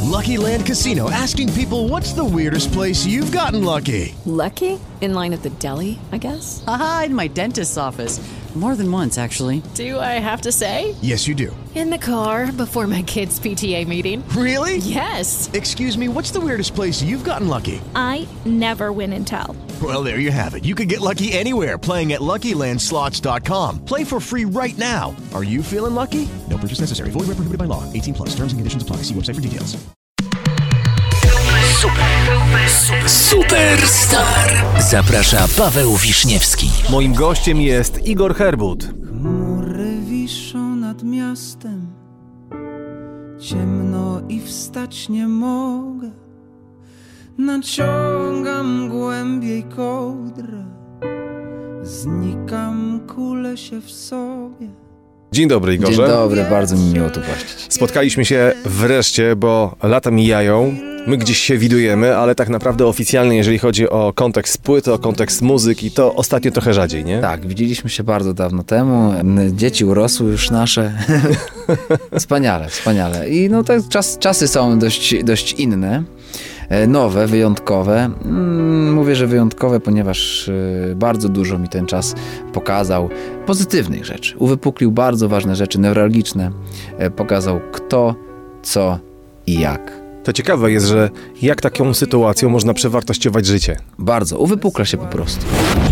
Lucky Land Casino, asking people, what's the weirdest place you've gotten lucky? Lucky? In line at the deli, I guess? Aha, in my dentist's office. More than once, actually. Do I have to say? Yes, you do. In the car before my kids' PTA meeting. Really? Yes. Excuse me, what's the weirdest place you've gotten lucky? I never win and tell. Well, there you have it. You can get lucky anywhere, playing at LuckyLandSlots.com. Play for free right now. Are you feeling lucky? No purchase necessary. Void where prohibited by law. 18+. Terms and conditions apply. See website for details. Superstar. Zaprasza Paweł Wiśniewski. Moim gościem jest Igor Herbut. Chmury wiszą nad miastem, ciemno i wstać nie mogę. Naciągam głębiej kołdrę, znikam, kulę się w sobie. Dzień dobry, Igorze. Dzień dobry, bardzo mi miło tu gościć. Spotkaliśmy się wreszcie, bo lata mijają, my gdzieś się widujemy, ale tak naprawdę oficjalnie, jeżeli chodzi o kontekst płyty, o kontekst muzyki, to ostatnio trochę rzadziej, nie? Tak, widzieliśmy się bardzo dawno temu, dzieci urosły już nasze. Wspaniale, wspaniale. I no te czasy są dość inne. Nowe, wyjątkowe. Mówię, że wyjątkowe, ponieważ bardzo dużo mi ten czas pokazał pozytywnych rzeczy. Uwypuklił bardzo ważne rzeczy, newralgiczne. Pokazał kto, co i jak. To ciekawe jest, że jak taką sytuacją można przewartościować życie. Bardzo, uwypukla się po prostu.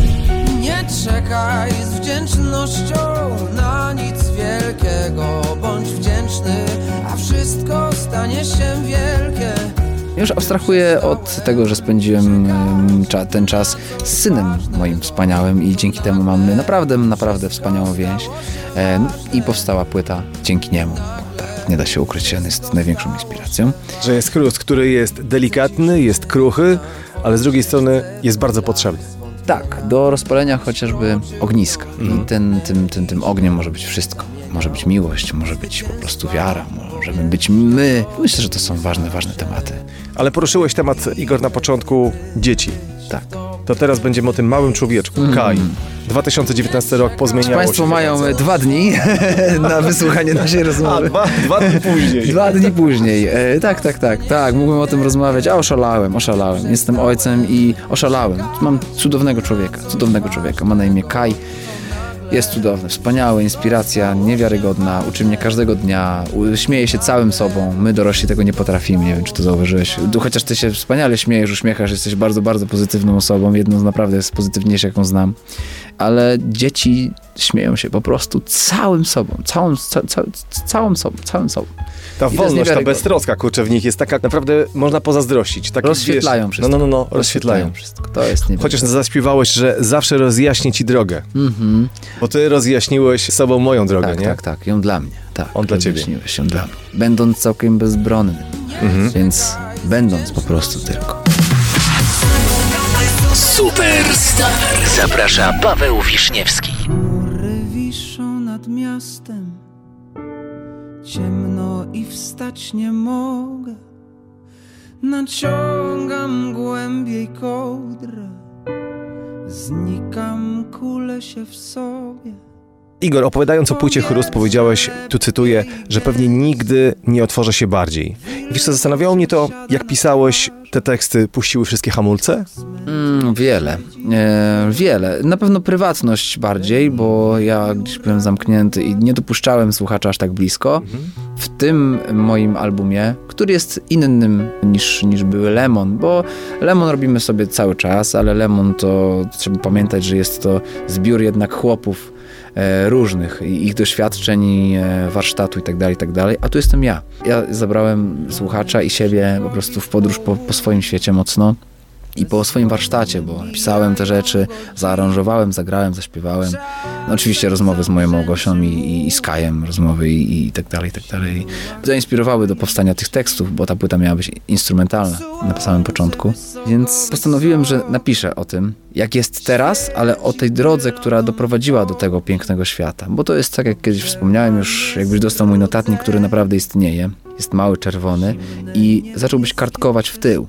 Nie czekaj z wdzięcznością na nic wielkiego. Bądź wdzięczny, a wszystko stanie się wielkie. Już abstrahuję od tego, że spędziłem ten czas z synem moim wspaniałym i dzięki temu mamy naprawdę wspaniałą więź. I powstała płyta dzięki niemu. Tak, nie da się ukryć, on jest największą inspiracją. Że jest chrust, który jest delikatny, jest kruchy, ale z drugiej strony jest bardzo potrzebny. Tak, do rozpalenia chociażby ogniska. I tym ogniem może być wszystko. Może być miłość, może być po prostu wiara, możemy być my. Myślę, że to są ważne tematy. Ale poruszyłeś temat, Igor, na początku dzieci. Tak. To teraz będziemy o tym małym człowieczku, Kai. 2019 rok pozmieniało Państwo się. mają 2 dni na wysłuchanie naszej rozmowy. Dwa dni później. 2 dni później. Tak. Mógłbym o tym rozmawiać, a oszalałem. Jestem ojcem i oszalałem. Mam cudownego człowieka. Ma na imię Kai. Jest cudowny, wspaniały, inspiracja niewiarygodna, uczy mnie każdego dnia, śmieje się całym sobą. My dorośli tego nie potrafimy, nie wiem, czy to zauważyłeś. Chociaż ty się wspaniale śmiejesz, uśmiechasz, jesteś bardzo, bardzo pozytywną osobą, jedną z naprawdę jest pozytywniejszych, jaką znam. Ale dzieci śmieją się po prostu całym sobą, całą sobą. Ta wolność, ta beztroska, kurczę, w nich jest taka, naprawdę można pozazdrościć. Tak, rozświetlają wiesz, wszystko. No, rozświetlają wszystko. To jest niewiele. Chociaż zaśpiewałeś, że zawsze rozjaśni ci drogę. Bo ty rozjaśniłeś sobą moją drogę, nie? Tak, ją dla mnie. Tak, on dla ciebie. Rozjaśniłeś ją dla mnie. Będąc całkiem bezbronnym. Więc będąc po prostu tylko. Superstar. Zaprasza Paweł Wiśniewski. Chmury wiszą nad miastem, ciemno i wstać nie mogę. Naciągam głębiej kołdrę, znikam, kulę się w sobie. Igor, opowiadając o płycie Chrust, powiedziałeś, tu cytuję, że pewnie nigdy nie otworzę się bardziej. I wiesz co, zastanawiało mnie to, jak pisałeś te teksty, puściły wszystkie hamulce? Wiele. Na pewno prywatność bardziej, bo ja gdzieś byłem zamknięty i nie dopuszczałem słuchacza aż tak blisko. W tym moim albumie, który jest innym niż były Lemon, bo Lemon robimy sobie cały czas, ale Lemon to trzeba pamiętać, że jest to zbiór jednak chłopów różnych, ich doświadczeń, warsztatu i tak dalej, a tu jestem ja. Ja zabrałem słuchacza i siebie po prostu w podróż po swoim świecie mocno i po swoim warsztacie, bo pisałem te rzeczy, zaaranżowałem, zagrałem, zaśpiewałem. No, oczywiście rozmowy z moją Małgosią i z Kajem, rozmowy i tak dalej. Zainspirowały do powstania tych tekstów, bo ta płyta miała być instrumentalna na samym początku. Więc postanowiłem, że napiszę o tym, jak jest teraz, ale o tej drodze, która doprowadziła do tego pięknego świata. Bo to jest tak, jak kiedyś wspomniałem już, jakbyś dostał mój notatnik, który naprawdę istnieje. Jest mały, czerwony i zacząłbyś kartkować w tył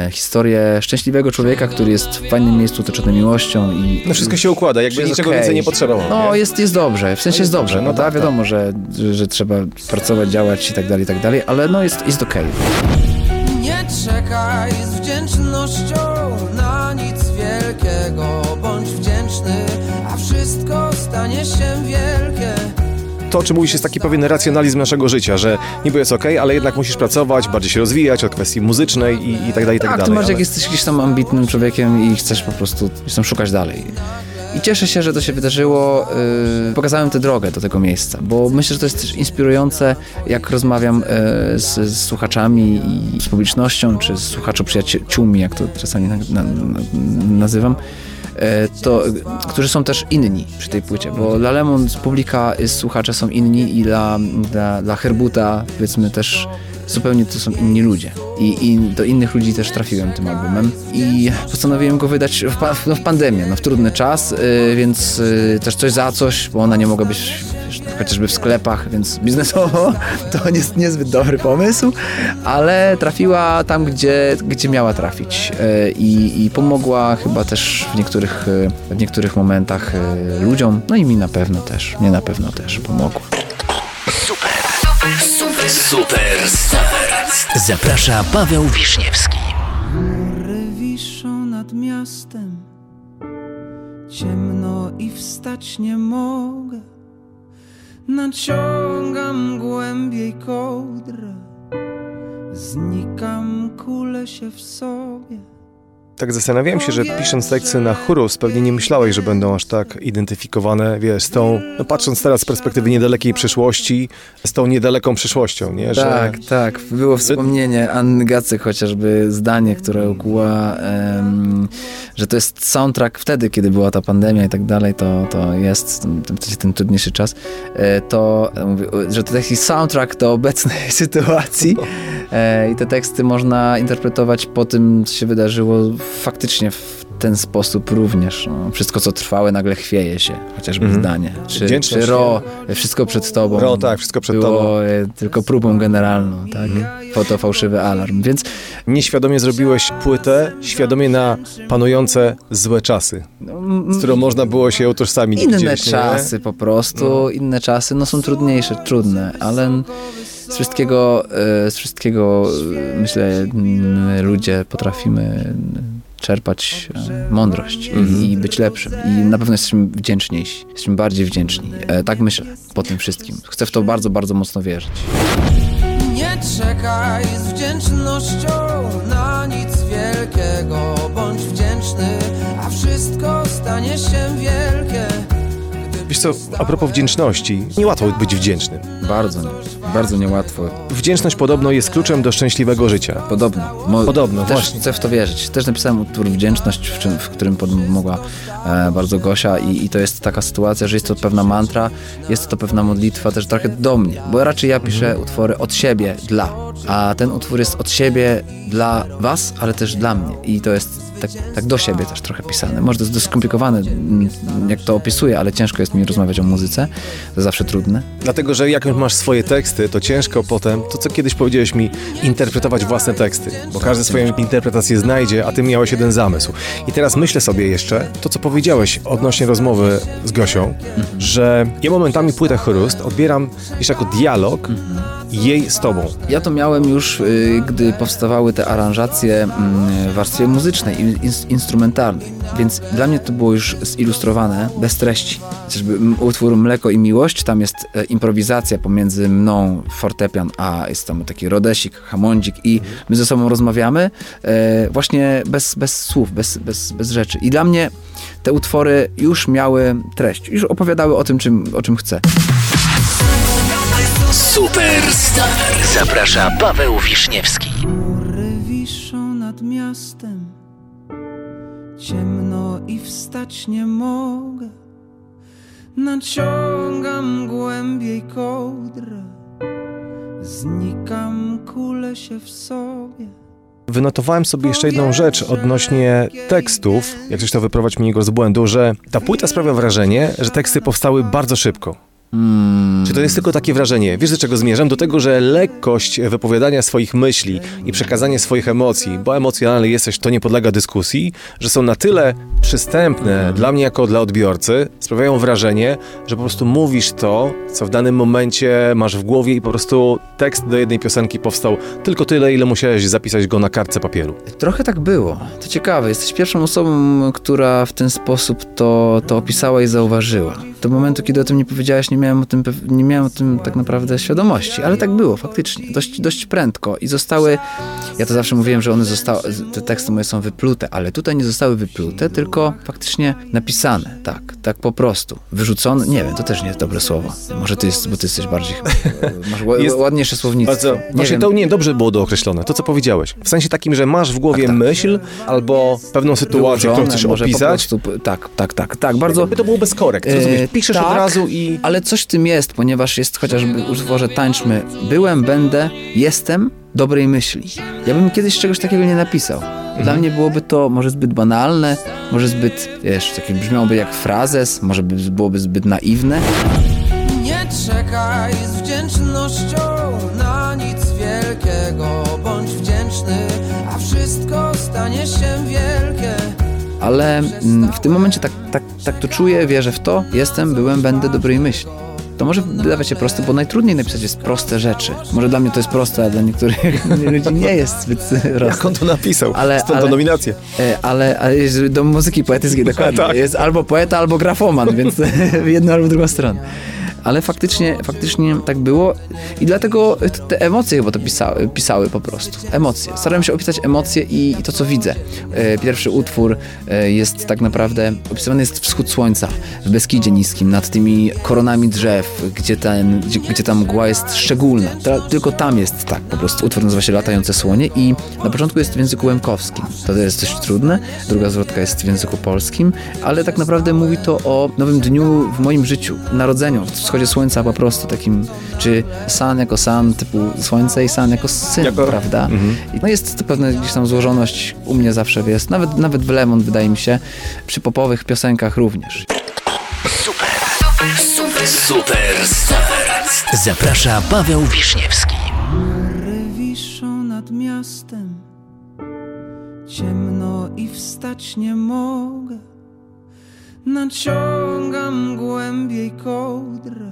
historię szczęśliwego człowieka, który jest w fajnym miejscu otoczony miłością i... No wszystko się układa, jakby niczego więcej nie potrzeba. odczarował. No, nie? jest dobrze, w sensie jest dobrze, no tak, tak, wiadomo, że trzeba pracować, działać i tak dalej, ale no jest okej. Nie czekaj z wdzięcznością na nic wielkiego. Bądź wdzięczny, a wszystko stanie się wielkie. To, o czym mówisz, jest taki pewien racjonalizm naszego życia, że niby jest okej, ale jednak musisz pracować, bardziej się rozwijać od kwestii muzycznej i tak dalej, i tak dalej. Tak, ty masz, ale... jak jesteś jakimś tam ambitnym człowiekiem i chcesz po prostu szukać dalej. I cieszę się, że to się wydarzyło. Pokazałem tę drogę do tego miejsca, bo myślę, że to jest też inspirujące, jak rozmawiam z słuchaczami i z publicznością, czy z słuchaczo-przyjaciółmi, jak to czasami nazywam, którzy są też inni przy tej płycie, bo dla Lemon publika, słuchacze są inni i dla Herbuta, powiedzmy, też zupełnie to są inni ludzie. I do innych ludzi też trafiłem tym albumem. I postanowiłem go wydać w pandemię, w trudny czas, więc też coś za coś, bo ona nie mogła być chociażby w sklepach, więc biznesowo to jest niezbyt dobry pomysł, ale trafiła tam, gdzie miała trafić. I pomogła chyba też w niektórych momentach ludziom, no i mi na pewno też, mnie na pewno też pomogła. Superstar. Zaprasza Paweł Wiśniewski. Chmury wiszą nad miastem, ciemno i wstać nie mogę. Naciągam głębiej kołdrę, znikam, kulę się w sobie. Tak zastanawiałem się, że pisząc teksty na Chórus, pewnie nie myślałeś, że będą aż tak identyfikowane, wiesz, z tą, patrząc teraz z perspektywy niedalekiej przyszłości, z tą niedaleką przyszłością, nie? Że... Tak. Było wspomnienie Anny Gacek, chociażby zdanie, które ukuła, że to jest soundtrack wtedy, kiedy była ta pandemia i tak dalej, to jest ten trudniejszy czas, że to taki soundtrack do obecnej sytuacji i te teksty można interpretować po tym, co się wydarzyło faktycznie w ten sposób również. No, wszystko, co trwałe, nagle chwieje się. Chociażby zdanie. Czy wszystko przed tobą. Wszystko przed było tobą. Tylko próbą generalną, tak? Fałszywy alarm. Więc nieświadomie zrobiłeś płytę, świadomie na panujące złe czasy, z którą można było się utożsamić. Inne czasy po prostu, inne czasy, są trudniejsze, trudne, ale z wszystkiego myślę, ludzie potrafimy czerpać mądrość i być lepszym. I na pewno jesteśmy wdzięczniejsi, jesteśmy bardziej wdzięczni. Tak myślę po tym wszystkim. Chcę w to bardzo, bardzo mocno wierzyć. Nie czekaj z wdzięcznością na nic wielkiego. Bądź wdzięczny, a wszystko stanie się wielkie. Wiesz co, a propos wdzięczności, niełatwo być wdzięcznym. Bardzo niełatwo. Wdzięczność podobno jest kluczem do szczęśliwego życia. Podobno, też właśnie. Chcę w to wierzyć. Też napisałem utwór Wdzięczność, w którym pomogła bardzo Gosia i to jest taka sytuacja, że jest to pewna mantra, jest to pewna modlitwa też trochę do mnie, bo raczej ja piszę utwory od siebie a ten utwór jest od siebie dla was, ale też dla mnie i to jest tak do siebie też trochę pisane. Może to jest dość skomplikowane, jak to opisuję, ale ciężko jest mi rozmawiać o muzyce. To zawsze trudne. Dlatego, że jak masz swoje teksty, to ciężko potem, to co kiedyś powiedziałeś mi, interpretować własne teksty, bo każdy swoją interpretację znajdzie, a ty miałeś jeden zamysł. I teraz myślę sobie jeszcze, to co powiedziałeś odnośnie rozmowy z Gosią, że ja momentami płytę Chrust odbieram jeszcze jako dialog jej z tobą. Ja to miałem już, gdy powstawały te aranżacje w warstwie muzycznej i instrumentalnej, więc dla mnie to było już zilustrowane bez treści. Chociażby utwór Mleko i Miłość, tam jest improwizacja pomiędzy mną, fortepian, a jest tam taki rodesik, hamondzik i my ze sobą rozmawiamy właśnie bez słów, bez rzeczy. I dla mnie te utwory już miały treść, już opowiadały o czym chcę. Superstar. Zaprasza Paweł Wiśniewski. Chmury wiszą nad miastem, ciemno i wstać nie mogę. Naciągam głębiej kołdrę, znikam, kulę się w sobie. Wynotowałem sobie jeszcze jedną rzecz odnośnie tekstów, jak coś to wyprowadź mnie z błędu, że ta płyta sprawia wrażenie, że teksty powstały bardzo szybko. Czy to jest tylko takie wrażenie? Wiesz, do czego zmierzam? Do tego, że lekkość wypowiadania swoich myśli i przekazanie swoich emocji, bo emocjonalny jesteś, to nie podlega dyskusji, że są na tyle przystępne dla mnie jako dla odbiorcy, sprawiają wrażenie, że po prostu mówisz to, co w danym momencie masz w głowie i po prostu tekst do jednej piosenki powstał tylko tyle, ile musiałeś zapisać go na kartce papieru. Trochę tak było. To ciekawe. Jesteś pierwszą osobą, która w ten sposób to opisała i zauważyła. Do momentu, kiedy o tym nie powiedziałaś, nie miałem o tym tak naprawdę świadomości, ale tak było faktycznie. Dość prędko i zostały, ja to zawsze mówiłem, że te teksty moje są wyplute, ale tutaj nie zostały wyplute, tylko faktycznie napisane. Tak po prostu. Wyrzucone, nie wiem, to też nie jest dobre słowo. Może ty jesteś bardziej, masz ładniejsze słownictwo. Dobrze było dookreślone, to co powiedziałeś. W sensie takim, że masz w głowie myśl albo pewną sytuację, którą chcesz opisać. Tak, bardzo. To było bez korekt, piszesz od razu i... Ale coś w tym jest, ponieważ jest chociażby w utworze Tańczmy. Byłem, będę, jestem dobrej myśli. Ja bym kiedyś czegoś takiego nie napisał. Dla mnie byłoby to może zbyt banalne, może zbyt, takie brzmiałoby jak frazes, może byłoby zbyt naiwne. Nie czekaj z wdzięcznością na nic wielkiego, bądź wdzięczny, a wszystko stanie się wielkie. Ale w tym momencie tak to czuję, wierzę w to, byłem, będę dobrej myśli. To może wydawać się proste, bo najtrudniej napisać jest proste rzeczy. Może dla mnie to jest proste, a dla niektórych ludzi nie jest zbyt proste. Jak on to napisał? Stąd ta nominacja. Ale do muzyki poetyckiej dokładnie. Tak. Jest albo poeta, albo grafoman, więc w jedną albo drugą stronę. Ale faktycznie tak było i dlatego te emocje chyba to pisały po prostu. Emocje. Starałem się opisać emocje i to, co widzę. Pierwszy utwór jest tak naprawdę, opisywany jest wschód słońca w Beskidzie Niskim, nad tymi koronami drzew, gdzie ta mgła jest szczególna. Tylko tam jest tak po prostu. Utwór nazywa się Latające słonie i na początku jest w języku łemkowskim. To jest dość trudne. Druga zwrotka jest w języku polskim, ale tak naprawdę mówi to o nowym dniu w moim życiu, narodzeniu, wschodzie słońca po prostu takim, czy sun jako sun, typu słońce i sun jako syn, prawda? No jest to pewna gdzieś tam złożoność, u mnie zawsze jest, nawet w Lemon wydaje mi się, przy popowych piosenkach również. Super. Zaprasza Paweł Wiśniewski. Chmury wiszą nad miastem, ciemno i wstać nie mogę. Naciągam głębiej kołdrę,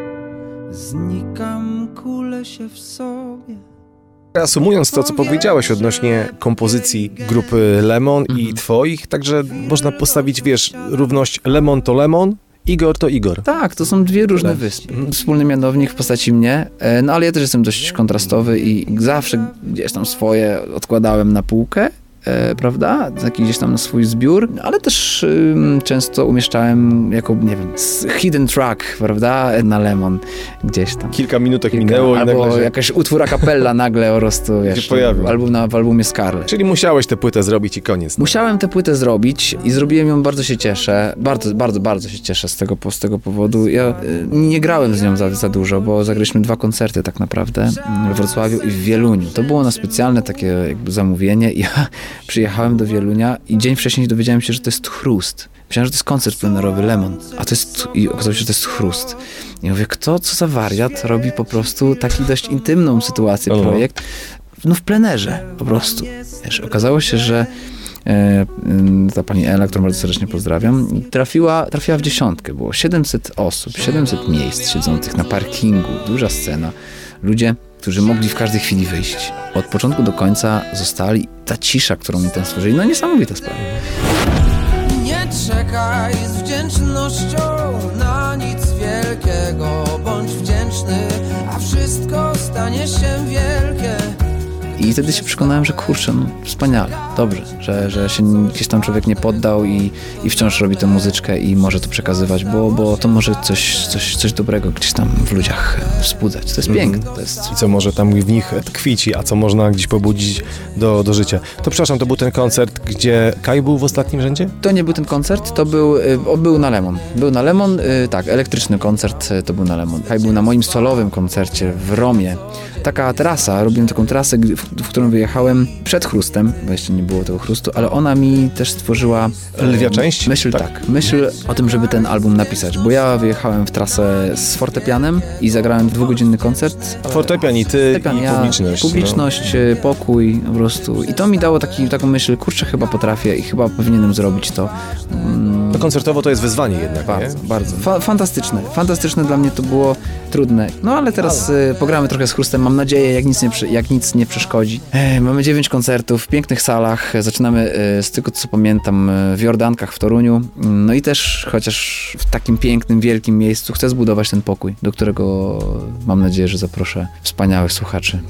znikam, kulę się w sobie. Reasumując to, co powiedziałeś odnośnie kompozycji grupy Lemon i twoich, także można postawić, równość Lemon to Lemon, Igor to Igor. Tak, to są dwie różne wyspy. Wspólny mianownik w postaci mnie, no ale ja też jestem dość kontrastowy i zawsze gdzieś tam swoje odkładałem na półkę. Prawda? Taki gdzieś tam na swój zbiór, ale też często umieszczałem jako, nie wiem, hidden track, prawda? Na Lemon gdzieś tam. Kilka minutek minęło albo i nagle jakaś utwór a cappella nagle po prostu, pojawił. W albumie Scarlet. Czyli musiałeś tę płytę zrobić i koniec. No. Musiałem tę płytę zrobić i zrobiłem ją, bardzo się cieszę. Bardzo się cieszę z tego powodu. Ja nie grałem z nią za dużo, bo zagraliśmy 2 koncerty tak naprawdę we Wrocławiu i w Wieluniu. To było na specjalne takie jakby zamówienie i ja przyjechałem do Wielunia i dzień wcześniej dowiedziałem się, że to jest Chrust. Myślałem, że to jest koncert plenerowy Lemon, i okazało się, że to jest Chrust. I mówię, co za wariat robi po prostu taki dość intymną sytuację, projekt, w plenerze po prostu. Okazało się, że ta pani Ela, którą bardzo serdecznie pozdrawiam, trafiła w 10. Było 700 osób, 700 miejsc siedzących na parkingu, duża scena. Ludzie, którzy mogli w każdej chwili wyjść. Od początku do końca zostali. Ta cisza, którą mi tam stworzyli, niesamowita sprawa. Nie czekaj z wdzięcznością na nic wielkiego, bądź wdzięczny, a wszystko stanie się wielkie. I wtedy się przekonałem, że kurczę, wspaniale, dobrze, że się gdzieś tam człowiek nie poddał i wciąż robi tę muzyczkę i może to przekazywać, bo to może coś dobrego gdzieś tam w ludziach wzbudzać. To jest piękne. To jest... I co może tam w nich tkwić, a co można gdzieś pobudzić do życia. To przepraszam, to był ten koncert, gdzie Kaj był w ostatnim rzędzie? To nie był ten koncert, to był na Lemon. Był na Lemon, tak, elektryczny koncert to był na Lemon. Kaj był na moim solowym koncercie w Romie. Taka trasa, robiłem taką trasę, w którą wyjechałem przed Chrustem, bo jeszcze nie było tego Chrustu, ale ona mi też stworzyła Lwia część? Myśl o tym, żeby ten album napisać, bo ja wyjechałem w trasę z fortepianem i zagrałem 2-godzinny koncert. Fortepian i ty i publiczność. Pokój po prostu. I to mi dało taką myśl, kurczę, chyba potrafię i chyba powinienem zrobić to. No koncertowo to jest wyzwanie jednak, Bardzo. Fantastyczne dla mnie to było, trudne. No ale teraz pogramy trochę z Chrustem, mam nadzieję, jak nic nie przeszkodzi. Mamy 9 koncertów w pięknych salach. Zaczynamy z tego, co pamiętam, w Jordankach w Toruniu. No i też, chociaż w takim pięknym, wielkim miejscu, chcę zbudować ten pokój, do którego mam nadzieję, że zaproszę wspaniałych słuchaczy.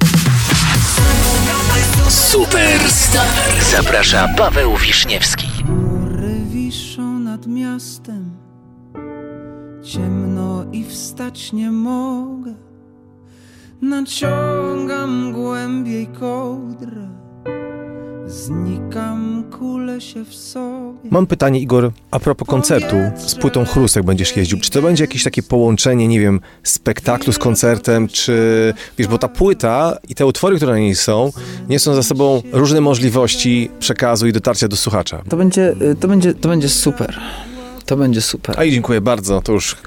Superstar. Zaprasza Paweł Wiśniewski. Mury wiszą nad miastem, ciemno i wstać nie mogę. Naciągam głębiej kołdrę, znikam, kulę się w sobie. Mam pytanie, Igor, a propos koncertu z płytą Chrust, jak będziesz jeździł. Czy to będzie jakieś takie połączenie, nie wiem, spektaklu z koncertem, czy... Wiesz, bo ta płyta i te utwory, które na niej są, niosą za sobą różne możliwości przekazu i dotarcia do słuchacza. To będzie super. To będzie super. A i dziękuję bardzo, to już...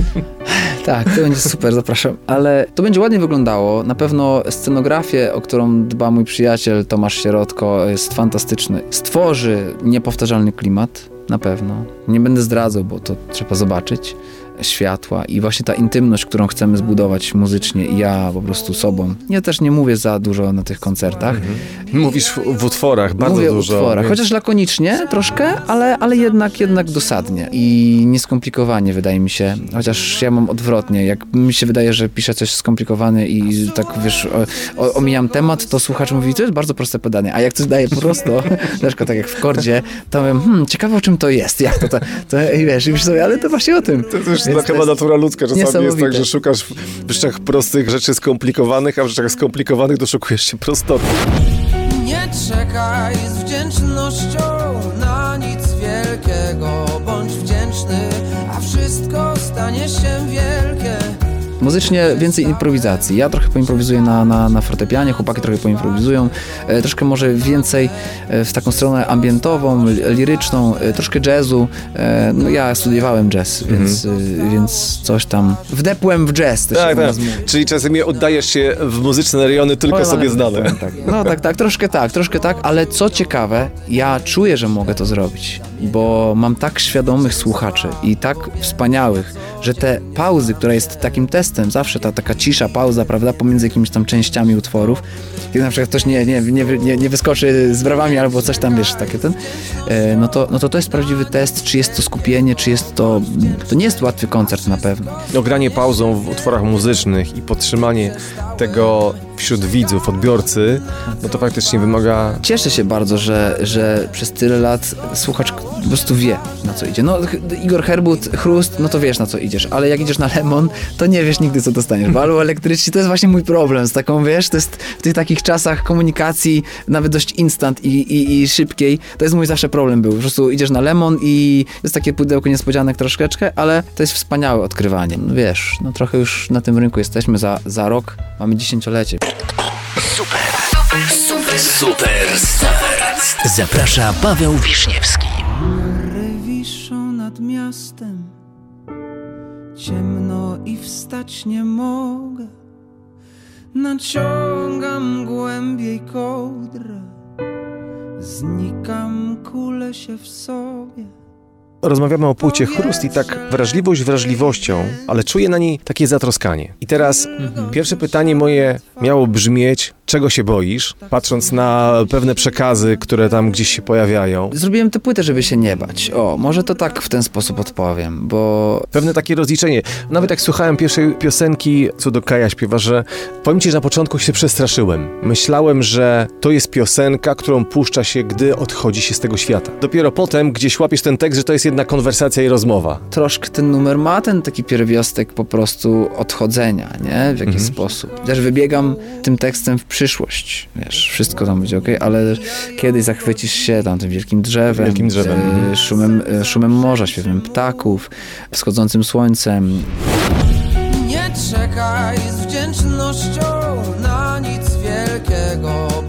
Tak, to będzie super, zapraszam. Ale to będzie ładnie wyglądało. Na pewno scenografię, o którą dba mój przyjaciel Tomasz Sierotko, jest fantastyczny. Stworzy niepowtarzalny klimat, na pewno. Nie będę zdradzał, bo to trzeba zobaczyć. Światła i właśnie ta intymność, którą chcemy zbudować muzycznie i ja po prostu sobą. Ja też nie mówię za dużo na tych koncertach. Mówisz w utworach, bardzo mówię dużo. Mówię w utworach, chociaż lakonicznie troszkę, ale jednak dosadnie i nieskomplikowanie, wydaje mi się. Chociaż ja mam odwrotnie. Jak mi się wydaje, że piszę coś skomplikowane i tak, wiesz, omijam temat, to słuchacz mówi, to jest bardzo proste podanie, a jak coś daje prosto, na przykład tak jak w kordzie, to mówię, ciekawe o czym to jest, jak to i wiesz, i myślę sobie, ale to właśnie o tym. To już chyba natura ludzka, czasami jest tak, że szukasz w rzeczach prostych rzeczy skomplikowanych, a w rzeczach skomplikowanych doszukujesz się prostoty. Nie czekaj z wdzięcznością na nic wielkiego, bądź wdzięczny, a wszystko stanie się wielkie. Muzycznie więcej improwizacji. Ja trochę poimprowizuję na fortepianie, chłopaki trochę poimprowizują. Troszkę może więcej w taką stronę ambientową, liryczną, troszkę jazzu. No ja studiowałem jazz, więc coś tam wdepłem w jazz. Tak. Czyli czasami oddajesz się w muzyczne rejony tylko sobie znane. Tak. No troszkę tak, ale co ciekawe, ja czuję, że mogę to zrobić, bo mam tak świadomych słuchaczy i tak wspaniałych, że te pauzy, która jest takim testem, zawsze ta taka cisza, pauza, prawda, pomiędzy jakimiś tam częściami utworów, kiedy na przykład ktoś nie wyskoczy z brawami albo coś tam, wiesz, takie to jest prawdziwy test, czy jest to skupienie, czy jest to nie jest łatwy koncert na pewno. Granie pauzą w utworach muzycznych i podtrzymanie tego wśród widzów, odbiorcy, no to faktycznie wymaga... Cieszę się bardzo, że przez tyle lat słuchacz po prostu wie, na co idzie. No Igor Herbut, Chrust, no to wiesz, na co idziesz, ale jak idziesz na Lemon, to nie wiesz nigdy, co dostaniesz. Bo albo elektryczni, to jest właśnie mój problem z taką, wiesz, to jest w tych takich czasach komunikacji, nawet dość instant i szybkiej, to jest mój zawsze problem był. Po prostu idziesz na Lemon i to jest takie pudełko niespodzianek troszeczkę, ale to jest wspaniałe odkrywanie. No wiesz, no trochę już na tym rynku jesteśmy, za rok mamy 10-lecie. Superstar. Zaprasza Paweł Wiśniewski. Mury wiszą nad miastem, ciemno i wstać nie mogę. Naciągam głębiej kołdrę, znikam, kulę się w sobie. Rozmawiamy o płycie Chrust i tak wrażliwość wrażliwością, ale czuję na niej takie zatroskanie. I teraz pierwsze pytanie moje miało brzmieć, czego się boisz, patrząc na pewne przekazy, które tam gdzieś się pojawiają. Zrobiłem tę płytę, żeby się nie bać. Może to tak w ten sposób odpowiem, bo... Pewne takie rozliczenie. Nawet jak słuchałem pierwszej piosenki, co do Kaja śpiewa, że powiem ci, że na początku się przestraszyłem. Myślałem, że to jest piosenka, którą puszcza się, gdy odchodzi się z tego świata. Dopiero potem gdzieś łapiesz ten tekst, że to jest jedna konwersacja i rozmowa. Troszkę ten numer ma ten taki pierwiastek po prostu odchodzenia, nie? W jakiś sposób. Też wybiegam tym tekstem w przyszłość. Wiesz, wszystko tam będzie okej, ale kiedyś zachwycisz się tam tym wielkim drzewem. Szumem morza, śpiewem ptaków, wschodzącym słońcem. Nie czekaj z wdzięcznością na nic wielkiego,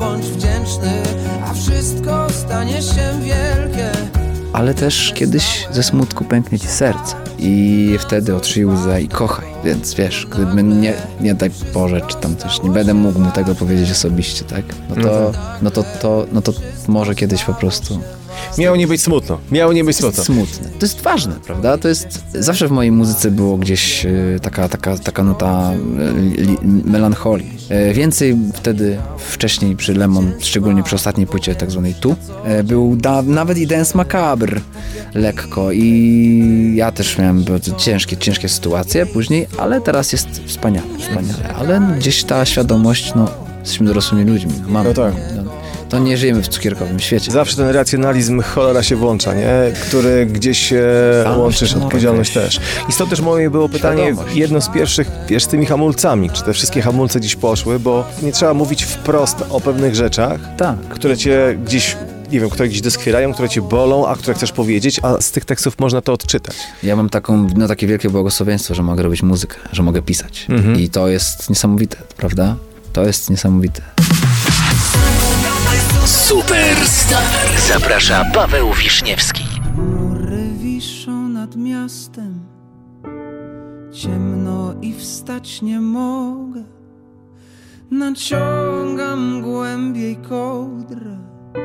ale też kiedyś ze smutku pęknie ci serce i wtedy otrzyj łzę i kochaj. Więc wiesz, gdyby nie daj Boże, czy tam też nie będę mógł mu tego powiedzieć osobiście, tak? No to może kiedyś po prostu... Miało nie być smutno. Smutne. To jest ważne, prawda? To jest... Zawsze w mojej muzyce było gdzieś taka nota melancholii. Więcej wtedy, wcześniej przy Lemon, szczególnie przy ostatniej płycie tak zwanej Tu, był nawet i dance macabre lekko i ja też miałem bardzo ciężkie sytuacje później, ale teraz jest wspaniale. Ale gdzieś ta świadomość, jesteśmy dorosłymi ludźmi. Mamy. No tak. To nie żyjemy w cukierkowym świecie. Zawsze ten racjonalizm cholera się włącza, nie? Który gdzieś łączysz, odpowiedzialność też. I stąd też moje było pytanie, jedno z pierwszych, wiesz, z tymi hamulcami, czy te wszystkie hamulce dziś poszły, bo nie trzeba mówić wprost o pewnych rzeczach, które cię gdzieś, nie wiem, które gdzieś doskwierają, które cię bolą, a które chcesz powiedzieć, a z tych tekstów można to odczytać. Ja mam takie wielkie błogosławieństwo, że mogę robić muzykę, że mogę pisać. I to jest niesamowite, prawda? To jest niesamowite. Superstar. Zaprasza Paweł Wiśniewski. Chmury wiszą nad miastem, ciemno i wstać nie mogę. Naciągam głębiej kołdrę,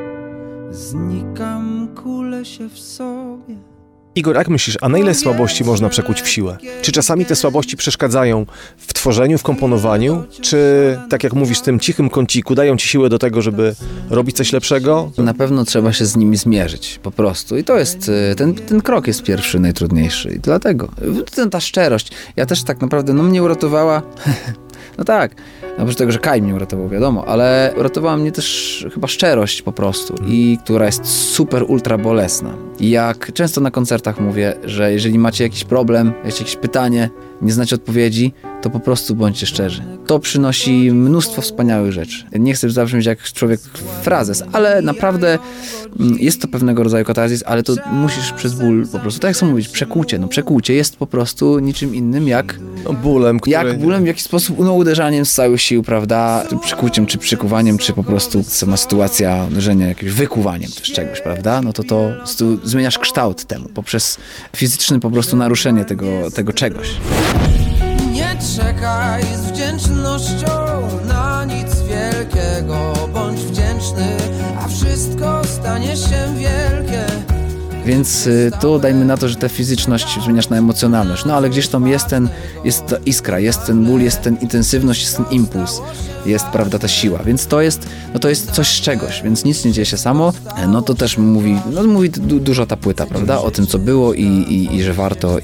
znikam, kulę się w sobie. Igor, jak myślisz, a na ile słabości można przekuć w siłę? Czy czasami te słabości przeszkadzają w tworzeniu, w komponowaniu? Czy, tak jak mówisz, w tym cichym kąciku dają ci siłę do tego, żeby robić coś lepszego? Na pewno trzeba się z nimi zmierzyć, po prostu. I to jest, ten krok jest pierwszy, najtrudniejszy. I dlatego, ta szczerość. Ja też tak naprawdę, mnie uratowała... No tak, oprócz tego, że Kaj mnie uratował, wiadomo, ale uratowała mnie też chyba szczerość po prostu i która jest super ultra bolesna. I jak często na koncertach mówię, że jeżeli macie jakiś problem, jakieś pytanie, nie znacie odpowiedzi, to po prostu bądźcie szczerzy. To przynosi mnóstwo wspaniałych rzeczy. Nie chcę zabrzmieć jak człowiek frazes, ale naprawdę jest to pewnego rodzaju katarzis, ale to musisz przez ból po prostu, tak jak chcę mówić, przekłucie jest po prostu niczym innym jak bólem, jak bólem w jakiś sposób, uderzaniem z całych sił, prawda, czy przykuciem, czy przykuwaniem, czy po prostu sama sytuacja uderzenia, jakimś wykuwaniem też czegoś, prawda, to zmieniasz kształt temu, poprzez fizyczne po prostu naruszenie tego czegoś. Nie czekaj z wdzięcznością na nic wielkiego, bądź wdzięczny, a wszystko stanie się wielkie. Więc tu dajmy na to, że tę fizyczność zmieniasz na emocjonalność. No ale gdzieś tam jest ta iskra, jest ten ból, jest ten intensywność, jest ten impuls, jest, prawda, ta siła. Więc to jest coś z czegoś, więc nic nie dzieje się samo. No to też mówi dużo ta płyta, prawda, o tym, co było i że warto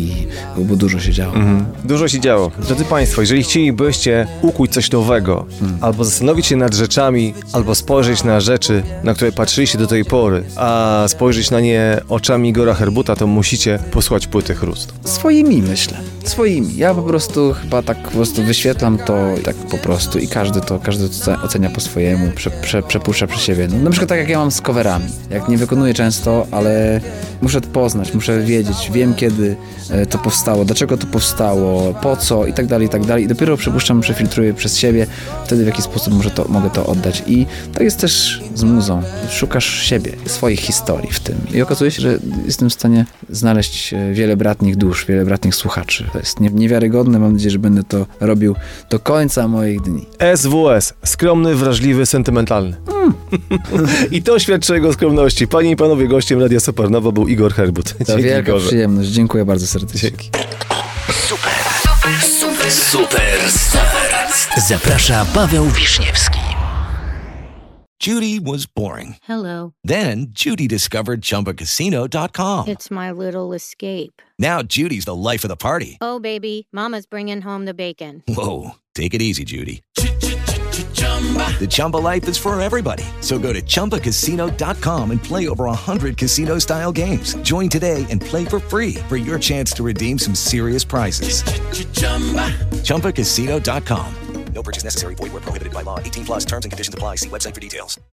bo dużo się działo. Dużo się działo. Drodzy Państwo, jeżeli chcielibyście ukuć coś nowego, albo zastanowić się nad rzeczami, albo spojrzeć na rzeczy, na które patrzyliście do tej pory, a spojrzeć na nie oczami Igora Herbuta, to musicie posłuchać płyty Chrust. Swoimi, myślę. Swoimi. Ja po prostu chyba tak po prostu wyświetlam to tak po prostu i każdy to ocenia po swojemu, przepuszcza przez siebie. No, na przykład tak jak ja mam z coverami. Jak nie wykonuję często, ale muszę to poznać, muszę wiedzieć, wiem kiedy to powstało, dlaczego to powstało, po co i tak dalej, i tak dalej. I dopiero przepuszczam, przefiltruję przez siebie, wtedy w jaki sposób mogę to oddać. I tak jest też z muzą. Szukasz siebie, swoich historii w tym. I okazuje się, że jestem w stanie znaleźć wiele bratnich dusz, wiele bratnych słuchaczy. To jest niewiarygodne. Mam nadzieję, że będę to robił do końca moich dni. SWS. Skromny, wrażliwy, sentymentalny. I to świadczy o jego skromności. Panie i panowie, gościem Radia Supernowa był Igor Herbut. To wielka przyjemność. Dziękuję bardzo serdecznie. Dzięki. Superstar. Zaprasza Paweł Wiśniewski. Judy was boring. Hello. Then Judy discovered ChumbaCasino.com. It's my little escape. Now Judy's the life of the party. Oh, baby, mama's bringing home the bacon. Whoa, take it easy, Judy. The Chumba life is for everybody. So go to ChumbaCasino.com and play over 100 casino-style games. Join today and play for free for your chance to redeem some serious prizes. ChumbaCasino.com. No purchase necessary. Void where prohibited by law. 18+ terms and conditions apply. See website for details.